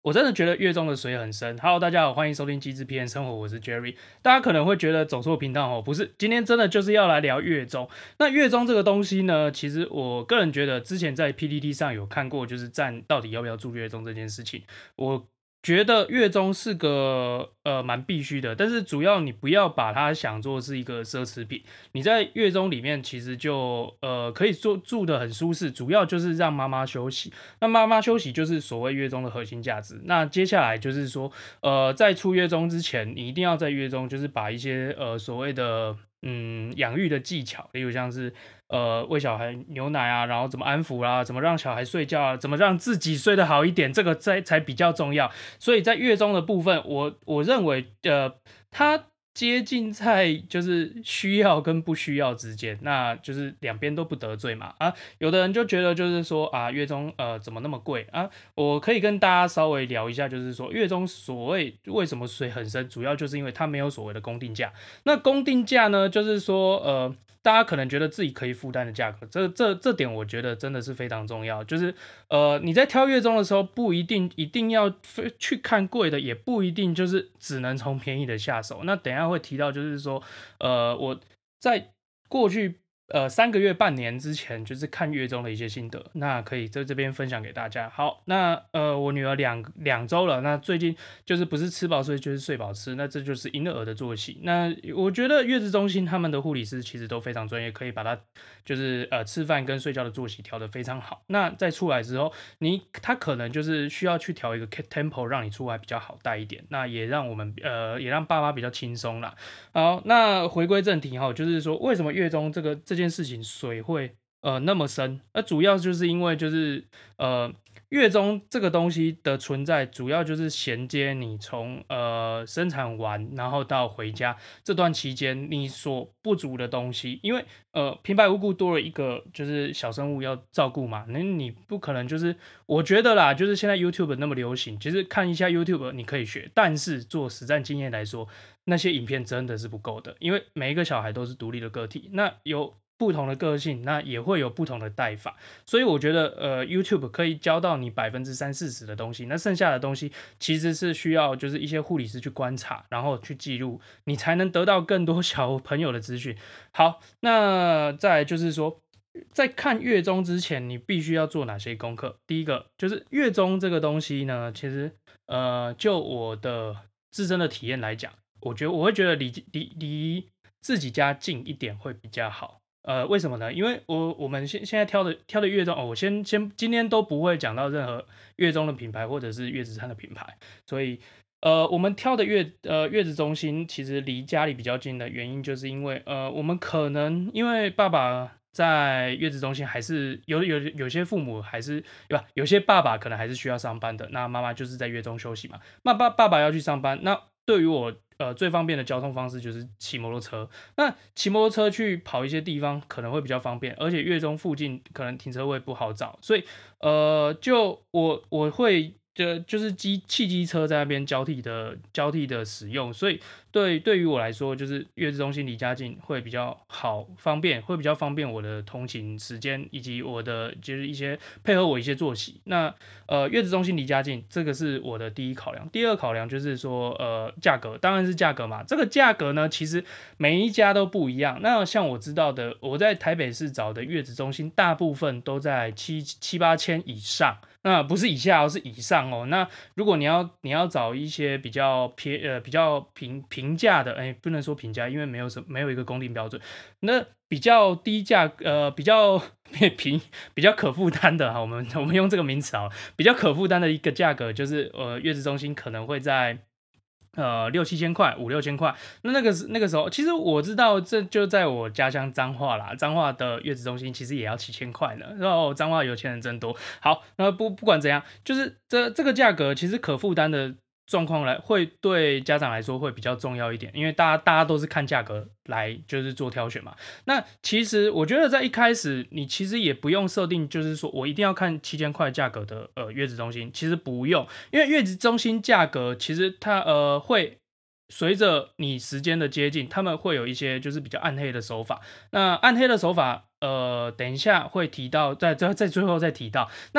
我真的觉得月中的水很深。Hello，大家好，欢迎收听机智片生活，我是 Jerry。大家可能会觉得走错频道哦，不是，今天真的就是要来聊月中。那月中这个东西呢，其实我个人觉得之前在 PTT 上有看过，就是站到底要不要住月中这件事情。我觉得月中是个蛮必须的，但是主要你不要把它想作是一个奢侈品。你在月中里面其实就可以住的很舒适，主要就是让妈妈休息。那妈妈休息就是所谓月中的核心价值。那接下来就是说，在出月中之前，你一定要在月中就是把一些所谓的养育的技巧，例如像是喂小孩牛奶啊，然后怎么安抚啦、怎么让小孩睡觉啊，怎么让自己睡得好一点，这个才比较重要。所以在月中的部分，我认为它接近在就是需要跟不需要之间，那就是两边都不得罪嘛啊。有的人就觉得就是说啊，月中怎么那么贵啊？我可以跟大家稍微聊一下，就是说月中所谓为什么水很深，主要就是因为它没有所谓的公定价。那公定价呢，就是说大家可能觉得自己可以负担的价格，这点我觉得真的是非常重要。就是你在挑月中的时候，不一定要去看贵的，也不一定就是只能从便宜的下手。那等一下会提到，就是说我在过去3个月半年之前，就是看月中的一些心得，那可以在这边分享给大家。好，那我女儿两周了，那最近就是不是吃饱睡就是睡饱吃，那这就是婴儿的作息。那我觉得月子中心他们的护理师其实都非常专业，可以把她就是吃饭跟睡觉的作息调得非常好。那在出来之后，他可能就是需要去调一个 tempo，让你出来比较好带一点，那也让我们也让爸妈比较轻松啦。好，那回归正题哈，就是说为什么月中这件事情水会那么深？那主要就是因为就是月中这个东西的存在，主要就是衔接你从生产完然后到回家这段期间你所不足的东西，因为平白无故多了一个就是小生物要照顾嘛，那你不可能就是我觉得啦，就是现在 YouTube 那么流行，其实看一下 YouTube 你可以学，但是做实战经验来说。那些影片真的是不够的，因为每一个小孩都是独立的个体，那有不同的个性，那也会有不同的带法，所以我觉得YouTube 可以教到你30%-40%的东西，那剩下的东西其实是需要就是一些护理师去观察，然后去记录，你才能得到更多小朋友的资讯。好，那再来就是说。在看月中之前，你必须要做哪些功课？第一个就是月中这个东西呢，其实就我的自身的体验来讲。我会觉得离自己家近一点会比较好。为什么呢？因为我们现在挑的月中哦，我先今天都不会讲到任何月中的品牌或者是月子餐的品牌，所以我们挑的月子中心其实离家里比较近的原因，就是因为我们可能因为爸爸在月子中心还是有些父母还是对吧？有些爸爸可能还是需要上班的，那妈妈就是在月中休息嘛。那爸爸要去上班，那对于我最方便的交通方式就是骑摩托车。那骑摩托车去跑一些地方可能会比较方便，而且月中附近可能停车位不好找，所以就我会就是汽机车在那边交替的使用，所以对于我来说，就是月子中心离家近会比较好方便，会比较方便我的通勤时间以及我的就是一些配合我一些作息。那月子中心离家近，这个是我的第一考量。第二考量就是说价格，当然是价格嘛。这个价格呢，其实每一家都不一样。那像我知道的，我在台北市找的月子中心，大部分都在七八千以上。那不是以下哦，是以上哦。那如果你要找一些比较比较平价的，不能说平价，因为没有一个公定标准。那比较低价，比较平、比较可负担的哈，我们用这个名词好了，比较可负担的一个价格，就是月子中心可能会在。6、7千块，5、6千块，那个时候，其实我知道，这就在我家乡彰化啦，彰化的月子中心其实也要7千块呢。然后彰化有钱人真多。好，那不管怎样，就是这个价格其实可负担的状况会对家长来说会比较重要一点，因为大家都是看价格来就是做挑选嘛。那其实我觉得在一开始，你其实也不用设定，就是说我一定要看7千块价格的月子中心，其实不用，因为月子中心价格其实它会。随着你时间的接近，他们会有一些就是比较暗黑的手法。那暗黑的手法，等一下会提到，在最后再提到。那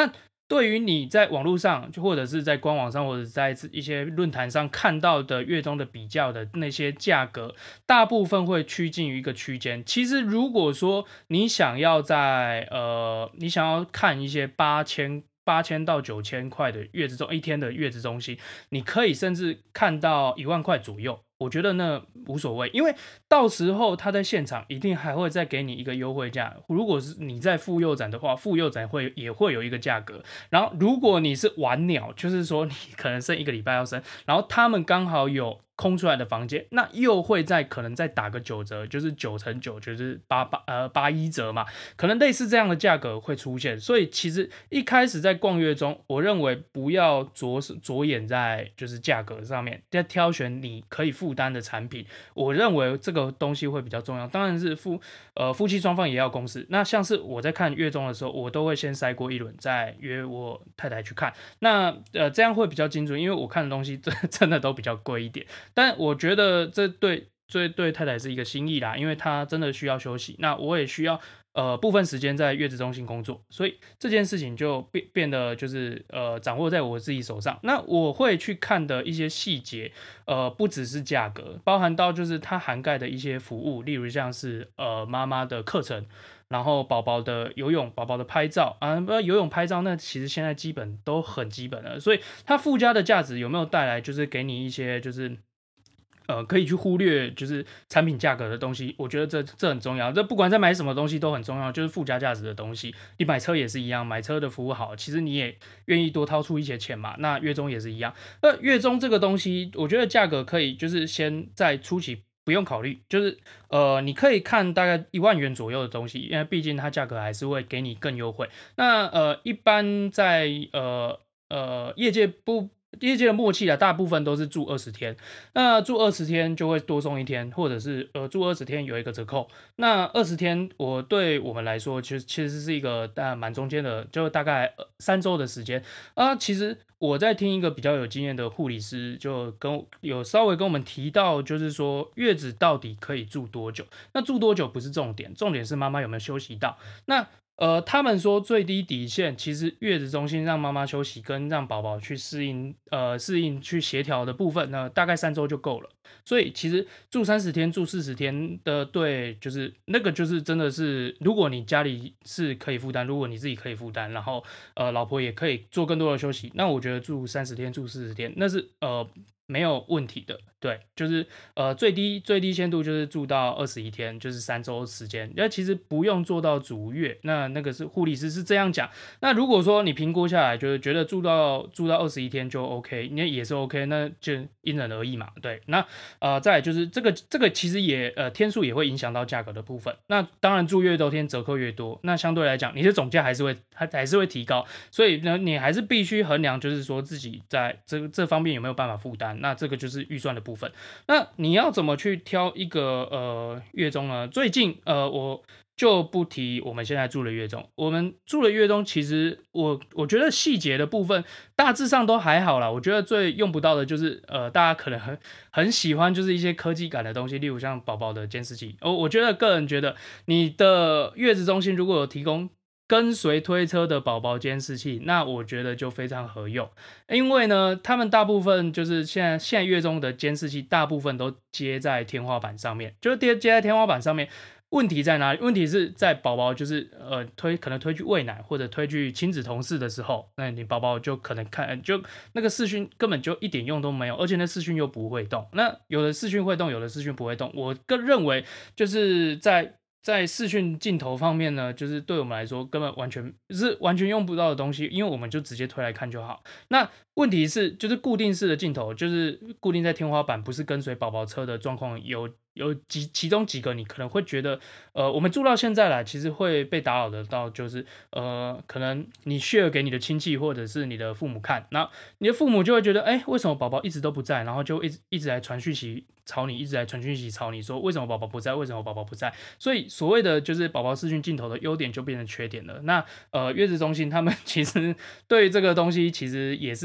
对于你在网络上，就或者是在官网上，或者在一些论坛上看到的月中的比较的那些价格，大部分会趋近于一个区间。其实如果说你想要你想要看一些八千到9000块的一天的月子中心，你可以甚至看到1万块左右。我觉得那无所谓，因为到时候他在现场一定还会再给你一个优惠价。如果是你在妇幼展的话，妇幼展也会有一个价格。然后如果你是晚鸟，就是说你可能剩1个礼拜要生，然后他们刚好有空出来的房间，那又会可能再打个9折，就是9乘9，就是81折嘛，可能类似这样的价格会出现。所以其实一开始在逛月中，我认为不要着眼在就是价格上面，在挑选你可以负担的产品。我认为这个东西会比较重要。当然是夫妻双方也要共识。那像是我在看月中的时候，我都会先筛过一轮，再约我太太去看。那这样会比较精准，因为我看的东西真的都比较贵一点。但我觉得这对太太是一个心意啦，因为她真的需要休息，那我也需要部分时间在月子中心工作，所以这件事情就变得就是掌握在我自己手上。那我会去看的一些细节，不只是价格，包含到就是它涵盖的一些服务，例如像是妈妈的课程。然后宝宝的游泳、宝宝的拍照啊，游泳拍照那其实现在基本都很基本了，所以它附加的价值有没有带来，就是给你一些就是可以去忽略就是产品价格的东西，我觉得这很重要。这不管在买什么东西都很重要，就是附加价值的东西。你买车也是一样，买车的服务好，其实你也愿意多掏出一些钱嘛。那月中也是一样。月中这个东西，我觉得价格可以就是先在初期不用考虑，就是你可以看大概1万元左右的东西，因为毕竟它价格还是会给你更优惠。那一般在业界业界的默契啊，大部分都是住20天。那住20天就会多送1天，或者是住20天有一个折扣。那20天对我们来说，其实是一个蛮中间的，就大概3周的时间啊。其实我在听一个比较有经验的护理师，就有稍微跟我们提到，就是说月子到底可以住多久？那住多久不是重点，重点是妈妈有没有休息到。那他们说最低底线，其实月子中心让妈妈休息跟让宝宝去适应去协调的部分呢，大概3周就够了。所以其实住30天、住40天的，对，就是那个就是真的是，如果你家里是可以负担，如果你自己可以负担，然后老婆也可以做更多的休息，那我觉得住30天、住40天那是没有问题的。对，就是最低限度就是住到21天，就是3周时间。那其实不用做到足月，那个是护理师是这样讲。那如果说你评估下来，就是觉得住到21天就 OK，那也是 OK，那就因人而异嘛。对，那再来就是这个其实也天数也会影响到价格的部分。那当然住越多天折扣越多，那相对来讲你的总价还是会提高。所以呢，你还是必须衡量，就是说自己在这方面有没有办法负担。那这个就是预算的部分。那你要怎么去挑一个月中呢？最近我就不提我们现在住的月中，我们住的月中其实我觉得细节的部分大致上都还好啦。我觉得最用不到的就是大家可能很喜欢就是一些科技感的东西，例如像宝宝的监视器。我觉得个人觉得你的月子中心如果有提供跟随推车的宝宝监视器，那我觉得就非常合用。因为呢，他们大部分就是现在月中的监视器，大部分都接在天花板上面，就是接在天花板上面。问题在哪里？问题是在宝宝就是可能推去喂奶或者推去亲子同事的时候，那你宝宝就可能就那个视讯根本就一点用都没有，而且那视讯又不会动。那有的视讯会动，有的视讯不会动。我更认为就是在视讯镜头方面呢，就是对我们来说根本完全用不到的东西，因为我们就直接推来看就好。那问题是，就是固定式的镜头，就是固定在天花板，不是跟随宝宝车的状况有其中几个，你可能会觉得，我们住到现在来，其实会被打扰得到，就是可能你 share 给你的亲戚或者是你的父母看，那你的父母就会觉得，哎，为什么宝宝一直都不在？然后就一直来传讯息吵你，一直来传讯息吵你说，为什么宝宝不在？为什么宝宝不在？所以所谓的就是宝宝视讯镜头的优点就变成缺点了。那月子中心他们其实对这个东西其实也是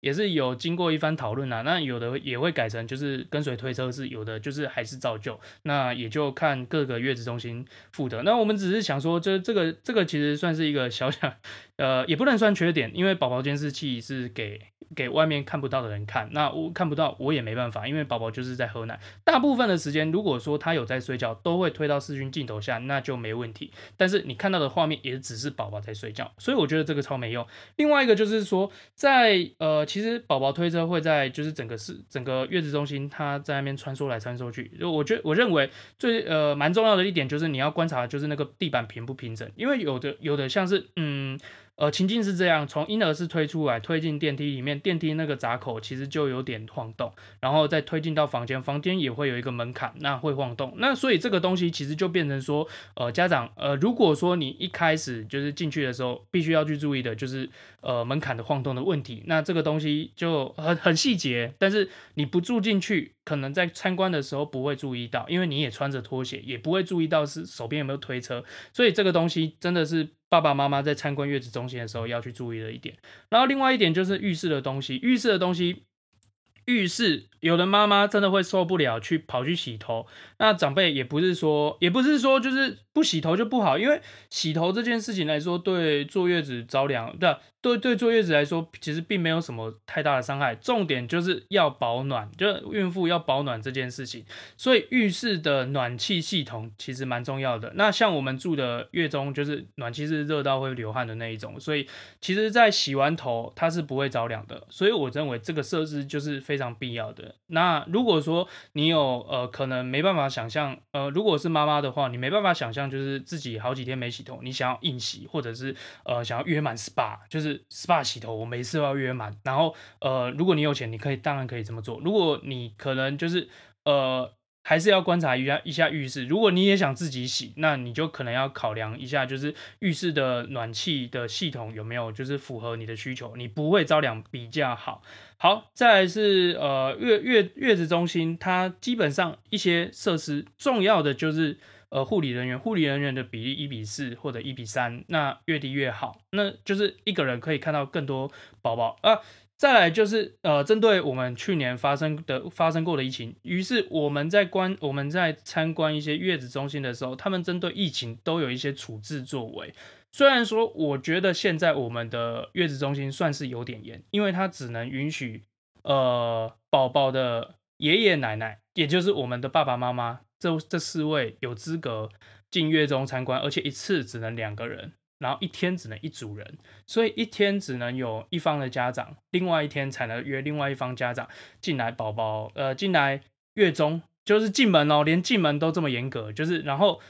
也是有经过一番讨论啊，那有的也会改成就是跟随推车式，有的就是还是照旧，那也就看各个月子中心负责。那我们只是想说，这个其实算是一个小小，也不能算缺点，因为宝宝监视器是给外面看不到的人看，那我看不到我也没办法，因为宝宝就是在喝奶，大部分的时间如果说他有在睡觉，都会推到视讯镜头下，那就没问题。但是你看到的画面也只是宝宝在睡觉，所以我觉得这个超没用。另外一个就是说，其实宝宝推车会在就是整个月子中心，它在那边穿梭来穿梭去。就我认为蛮重要的一点就是你要观察就是那个地板平不平整，因为有的像是情境是这样，从婴儿室推出来，推进电梯里面，电梯那个闸口其实就有点晃动，然后再推进到房间，房间也会有一个门槛，那会晃动。那所以这个东西其实就变成说，家长如果说你一开始就是进去的时候，必须要去注意的就是门槛的晃动的问题。那这个东西就很细节，但是你不住进去，可能在参观的时候不会注意到，因为你也穿着拖鞋，也不会注意到是手边有没有推车。所以这个东西真的是爸爸妈妈在参观月子中心的时候要去注意的一点。然后另外一点就是浴室的东西，浴室有的妈妈真的会受不了，跑去洗头。那长辈也不是说就是不洗头就不好，因为洗头这件事情来说，对坐月子着凉，对坐月子来说，其实并没有什么太大的伤害。重点就是要保暖，就孕妇要保暖这件事情。所以浴室的暖气系统其实蛮重要的。那像我们住的月中，就是暖气是热到会流汗的那一种，所以其实在洗完头它是不会着凉的。所以我认为这个设置就是非常必要的。那如果说你有可能没办法想象，如果是妈妈的话，你没办法想象就是自己好几天没洗头，你想要硬洗，或者是想要约满 SPA，就是 SPA 洗头，我每次都要约满。然后如果你有钱，你当然可以这么做。如果你可能就是还是要观察一下浴室。如果你也想自己洗，那你就可能要考量一下，就是浴室的暖气的系统有没有就是符合你的需求，你不会着凉比较好。好，再来是月子中心，它基本上一些设施重要的就是护理人员的比例1:4或者1:3，那越低越好，那就是一个人可以看到更多宝宝啊。再来就是针对我们去年发生过的疫情，于是我们在参观一些月子中心的时候，他们针对疫情都有一些处置作为。虽然说我觉得现在我们的月子中心算是有点严，因为它只能允许宝宝的爷爷奶奶，也就是我们的爸爸妈妈这4位有资格进月中参观，而且一次只能2个人。然后一天只能一组人，所以一天只能有一方的家长，另外一天才能约另外一方家长进来进来月中，就是进门哦，连进门都这么严格，就是然后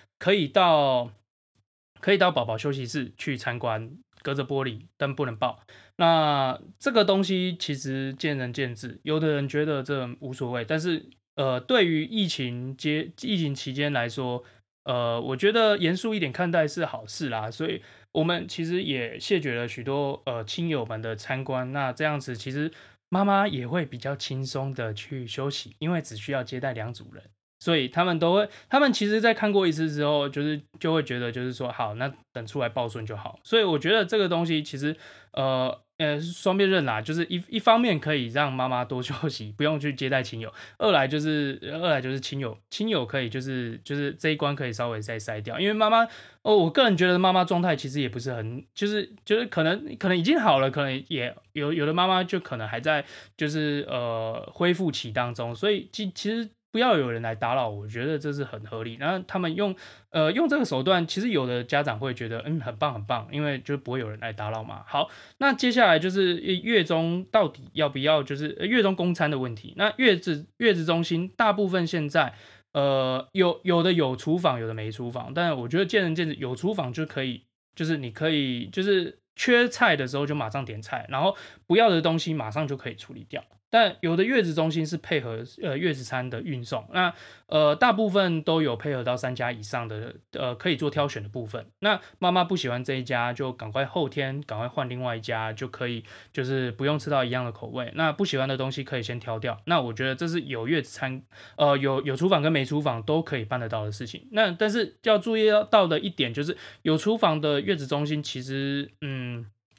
可以到宝宝休息室去参观，隔着玻璃，但不能抱。那这个东西其实见仁见智，有的人觉得这无所谓，但是对于疫情期间来说，我觉得严肃一点看待是好事啦，所以我们其实也谢绝了许多亲友们的参观。那这样子其实妈妈也会比较轻松的去休息，因为只需要接待2组人。所以他们其实在看过一次之后，就会觉得就是说好，那等出来抱孙就好。所以我觉得这个东西其实是双面刃啦，就是一方面可以让妈妈多休息，不用去接待亲友；二来就是亲友可以就是这一关可以稍微再筛掉，因为妈妈我个人觉得妈妈状态其实也不是很就是可能已经好了，可能也有的妈妈就可能还在就是恢复期当中，所以其实不要有人来打扰，我觉得这是很合理。然后他们用这个手段，其实有的家长会觉得很棒很棒，因为就不会有人来打扰嘛。好，那接下来就是月中到底要不要就是月中供餐的问题。那月子中心大部分现在有的有厨房，有的没厨房，但我觉得见仁见智，有厨房就可以，就是你可以就是缺菜的时候就马上点菜，然后不要的东西马上就可以处理掉。但有的月子中心是配合月子餐的运送，那大部分都有配合到3家以上的可以做挑选的部分。那妈妈不喜欢这一家，就后天赶快换另外一家，就可以就是不用吃到一样的口味。那不喜欢的东西可以先挑掉。那我觉得这是有月子餐有厨房跟没厨房都可以办得到的事情。那但是要注意到的一点就是，有厨房的月子中心其实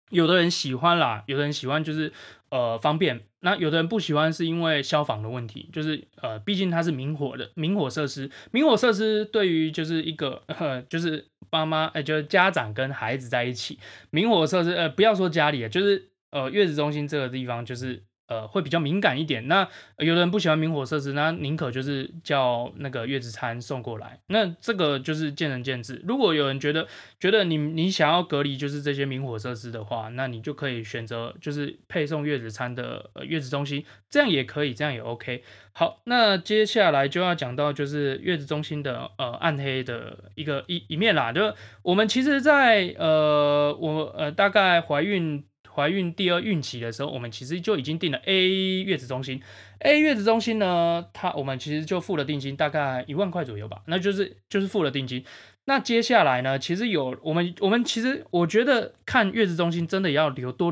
有的人喜欢啦，有的人喜欢就是方便，那有的人不喜欢是因为消防的问题，就是毕竟它是明火设施，明火设施对于就是一个就是妈妈就是家长跟孩子在一起，明火设施不要说家里了，就是月子中心这个地方就是会比较敏感一点。那有的人不喜欢明火设施，那宁可就是叫那个月子餐送过来。那这个就是见仁见智。如果有人觉得你想要隔离就是这些明火设施的话，那你就可以选择就是配送月子餐的月子中心，这样也可以，这样也 OK。好，那接下来就要讲到就是月子中心的暗黑的一面啦，就我们其实在，大概怀孕第二孕期的时候，我们其实就已经订了 A 月子中心。A 月子中心呢，我们其实就付了定金，大概1万块左右吧，那就是付了定金。那接下来呢，其实我们其实我觉得看月子中心真的要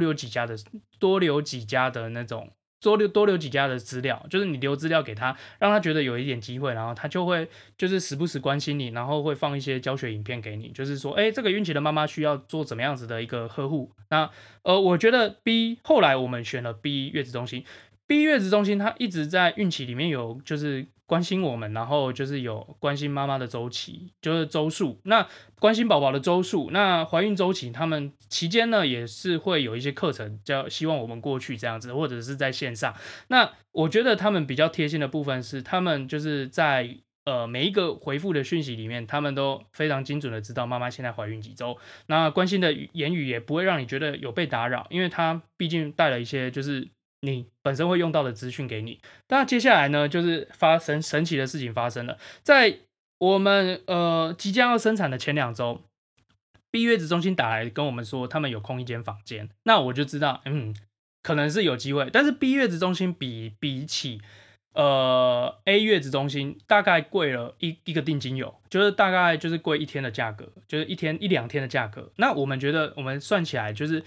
多留几家的那种。多留几家的资料，就是你留资料给他，让他觉得有一点机会，然后他就会就是时不时关心你，然后会放一些教学影片给你，就是说，哎，这个孕期的妈妈需要做怎么样子的一个呵护。那我觉得 后来我们选了 B 月子中心，B 月子中心它一直在孕期里面有就是关心我们，然后就是有关心妈妈的周期，就是周数，那关心宝宝的周数，那怀孕周期，他们期间呢也是会有一些课程，希望我们过去这样子，或者是在线上。那我觉得他们比较贴心的部分是，他们就是在每一个回复的讯息里面，他们都非常精准的知道妈妈现在怀孕几周，那关心的言语也不会让你觉得有被打扰，因为他毕竟带了一些就是你本身会用到的资讯给你。那接下来呢，就是神奇的事情发生了，在我们即将要生产的前2周，B 月子中心打来跟我们说，他们有空一间房间，那我就知道，可能是有机会。但是 B 月子中心比起A 月子中心大概贵了一个定金有，就是大概就是贵1天的价格，就是1两天的价格。那我们觉得我们算起来就是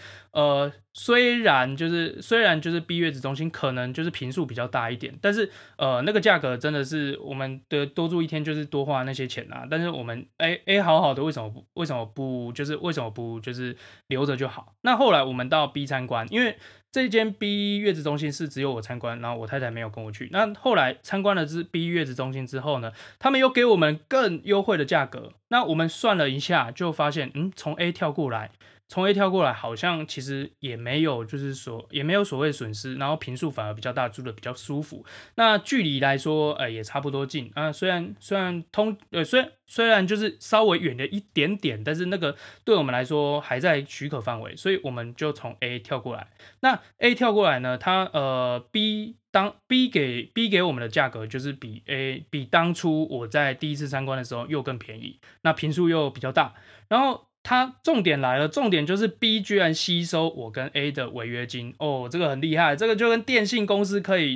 虽然 B 月子中心可能就是坪数比较大一点，但是那个价格真的是我们的多住一天就是多花那些钱啊。但是我们好好的为什么不就是留着就好？那后来我们到 B 参观，因为这间 B 月子中心是只有我参观，然后我太太没有跟我去。那后来参观了B 月子中心之后呢，他们又给我们更优惠的价格。那我们算了一下，就发现，从 A 跳过来，好像其实也没有所谓损失，然后坪数反而比较大，住的比较舒服。那距离来说，也差不多近啊。虽然就是稍微远了一点点，但是那个对我们来说还在许可范围，所以我们就从 A 跳过来。那 A 跳过来呢，它B 给我们的价格就是比当初我在第一次参观的时候又更便宜，那坪数又比较大，然后它重点来了，重点就是 B 居然吸收我跟 A 的违约金哦，这个很厉害，这个就跟电信公司可以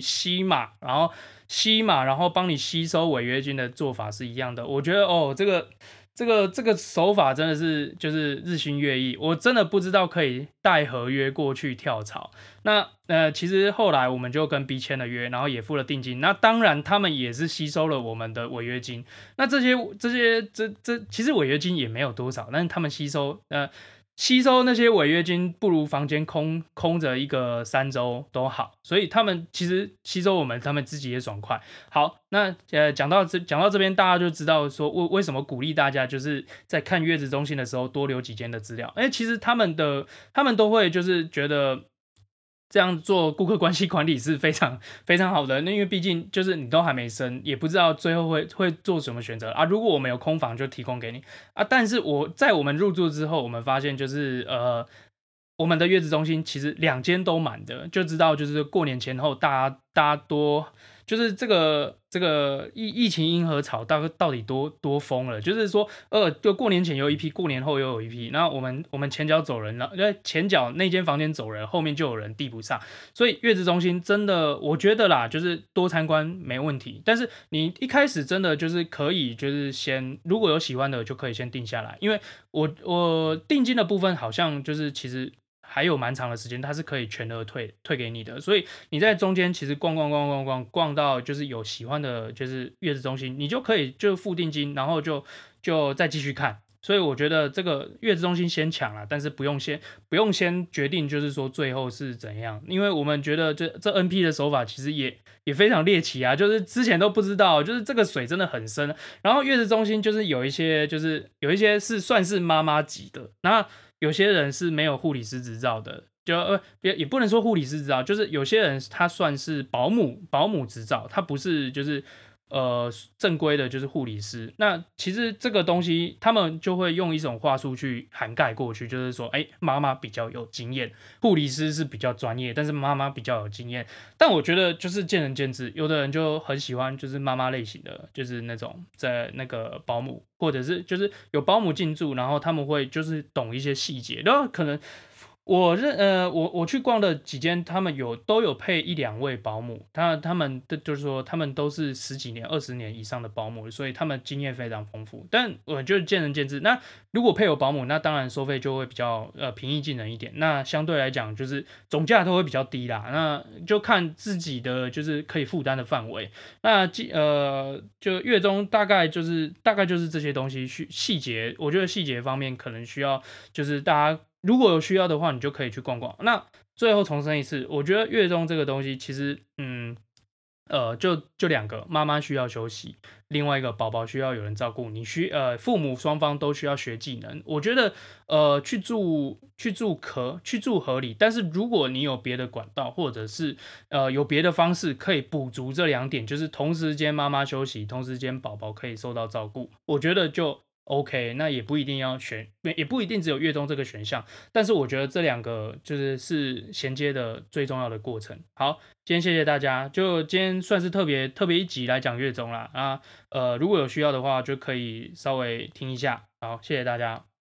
吸码，然后帮你吸收违约金的做法是一样的。我觉得哦，这个手法真的是就是日新月异，我真的不知道可以带合约过去跳槽。那其实后来我们就跟 B 签了约，然后也付了定金。那当然他们也是吸收了我们的违约金。那这其实违约金也没有多少，但是他们吸收那些违约金，不如房间空着一个3周都好，所以他们其实吸收我们，他们自己也爽快。好，那讲到这边，大家就知道说为什么鼓励大家就是在看月子中心的时候多留几间的资料。其实他们都会就是觉得这样做顾客关系管理是非常非常好的，那因为毕竟就是你都还没生，也不知道最后会做什么选择啊。如果我们有空房就提供给你啊，但是在我们入住之后，我们发现就是我们的月子中心其实2间都满的，就知道就是过年前后大家多就是这个疫情婴儿潮到底多疯了，就是说就过年前有一批，过年后又有一批，然后我们前脚走人了，因为前脚那间房间走人，后面就有人递不上，所以月子中心真的我觉得啦，就是多参观没问题，但是你一开始真的就是可以就是先如果有喜欢的就可以先定下来，因为我定金的部分好像就是其实还有蛮长的时间，它是可以全额退给你的，所以你在中间其实逛到就是有喜欢的，就是月子中心，你就可以就付定金，然后就再继续看。 所以我觉得这个月子中心先抢啦，但是不用先决定就是说最后是怎样，因为我们觉得这 NP 的手法其实也非常猎奇啊，就是之前都不知道，就是这个水真的很深，然后月子中心就是有一些是算是妈妈级的，那有些人是没有护理师执照的，也不能说护理师执照，就是有些人他算是保姆执照，他不是就是正规的就是护理师。那其实这个东西他们就会用一种话术去涵盖过去，就是说，哎，妈妈比较有经验，护理师是比较专业，但是妈妈比较有经验。但我觉得就是见仁见智，有的人就很喜欢就是妈妈类型的，就是那种在那个保姆，或者是就是有保姆进驻，然后他们会就是懂一些细节，然后可能我去逛的几间，他们都有配一两位保姆，他们的就是说他们都是十几年、20年以上的保姆，所以他们经验非常丰富。但我觉得见仁见智。那如果配有保姆，那当然收费就会比较平易近人一点。那相对来讲，就是总价都会比较低啦。那就看自己的就是可以负担的范围。那就月中大概就是这些东西，细节，我觉得细节方面可能需要就是大家如果有需要的话，你就可以去逛逛。那最后重申一次，我觉得月中这个东西其实，就两个，妈妈需要休息，另外一个宝宝需要有人照顾，父母双方都需要学技能。我觉得去住合理，但是如果你有别的管道，或者是有别的方式可以补足这两点，就是同时间妈妈休息，同时间宝宝可以受到照顾，我觉得就 OK。那也不一定要选，也不一定只有月中这个选项，但是我觉得这两个是衔接的最重要的过程。好，今天谢谢大家，就今天算是特别一集来讲月中啦。如果有需要的话，就可以稍微听一下。好，谢谢大家。